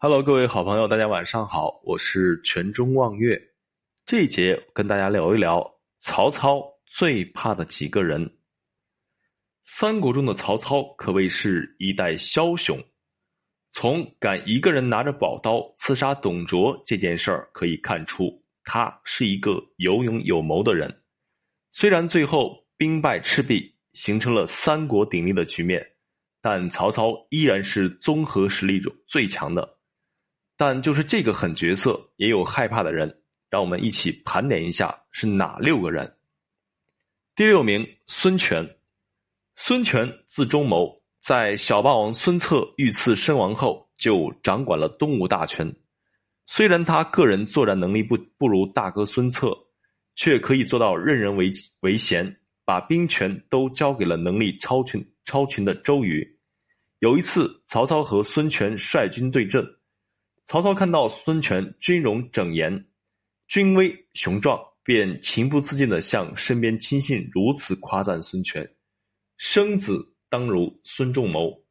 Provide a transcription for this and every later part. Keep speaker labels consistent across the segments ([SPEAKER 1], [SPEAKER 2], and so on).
[SPEAKER 1] Hello，各位好朋友，大家晚上好，我是全中望月。这一节跟大家聊一聊曹操最怕的几个人。三国中的曹操可谓是一代枭雄，从敢一个人拿着宝刀刺杀董卓这件事儿可以看出，他是一个有勇有谋的人。虽然最后兵败赤壁，形成了三国鼎立的局面，但曹操依然是综合实力中最强的。但就是这个狠角色也有害怕的人，让我们一起盘点一下是哪6个人。第6名，孙权。孙权字仲谋，在小霸王孙策遇刺身亡后就掌管了东吴大权。虽然他个人作战能力不如大哥孙策，却可以做到任人唯贤，把兵权都交给了能力超群的周瑜。有一次曹操和孙权率军对阵，曹操看到孙权军容整严，军威雄壮，便情不自禁地向身边亲信如此夸赞孙权：生子当如孙仲谋。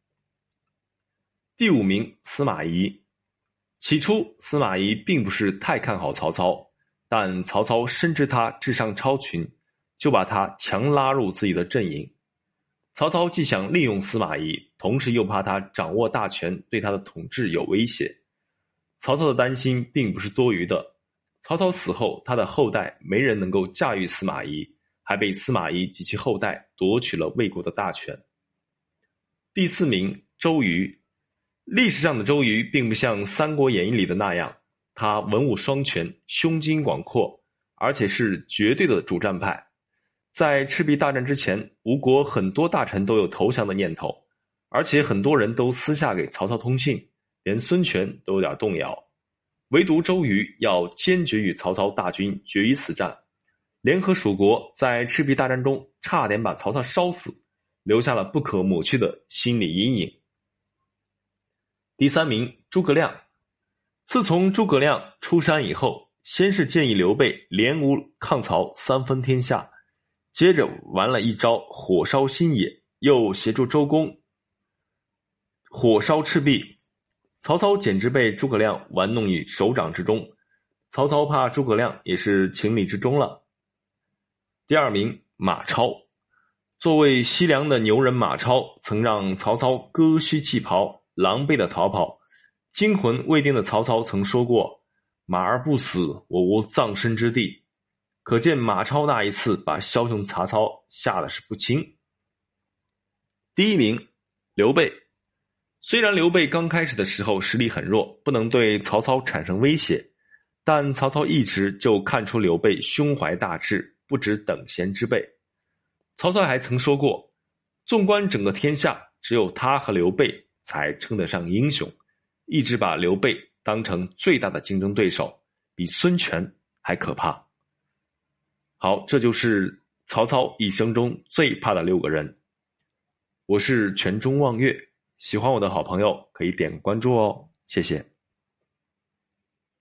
[SPEAKER 1] 第5名，司马懿。起初司马懿并不是太看好曹操，但曹操深知他智商超群，就把他强拉入自己的阵营。曹操既想利用司马懿，同时又怕他掌握大权对他的统治有威胁。曹操的担心并不是多余的，曹操死后，他的后代没人能够驾驭司马懿，还被司马懿及其后代夺取了魏国的大权。第4名，周瑜。历史上的周瑜并不像《三国演义》里的那样，他文武双全，胸襟广阔，而且是绝对的主战派。在赤壁大战之前，吴国很多大臣都有投降的念头，而且很多人都私下给曹操通信，连孙权都有点动摇。唯独周瑜要坚决与曹操大军决一死战，联合蜀国在赤壁大战中差点把曹操烧死，留下了不可抹去的心理阴影。第3名，诸葛亮。自从诸葛亮出山以后，先是建议刘备联吴抗曹三分天下，接着玩了一招火烧新野，又协助周公火烧赤壁。曹操简直被诸葛亮玩弄于手掌之中，曹操怕诸葛亮也是情理之中了。第2名，马超。作为西凉的牛人马超，曾让曹操割须弃袍，狼狈的逃跑。惊魂未定的曹操曾说过：马儿不死，我无葬身之地。可见马超那一次把枭雄曹操吓得是不轻。第1名，刘备。虽然刘备刚开始的时候实力很弱，不能对曹操产生威胁，但曹操一直就看出刘备胸怀大志，不止等闲之辈。曹操还曾说过，纵观整个天下，只有他和刘备才称得上英雄，一直把刘备当成最大的竞争对手，比孙权还可怕。好，这就是曹操一生中最怕的6个人。我是全中望月，喜欢我的好朋友可以点个关注哦，谢谢。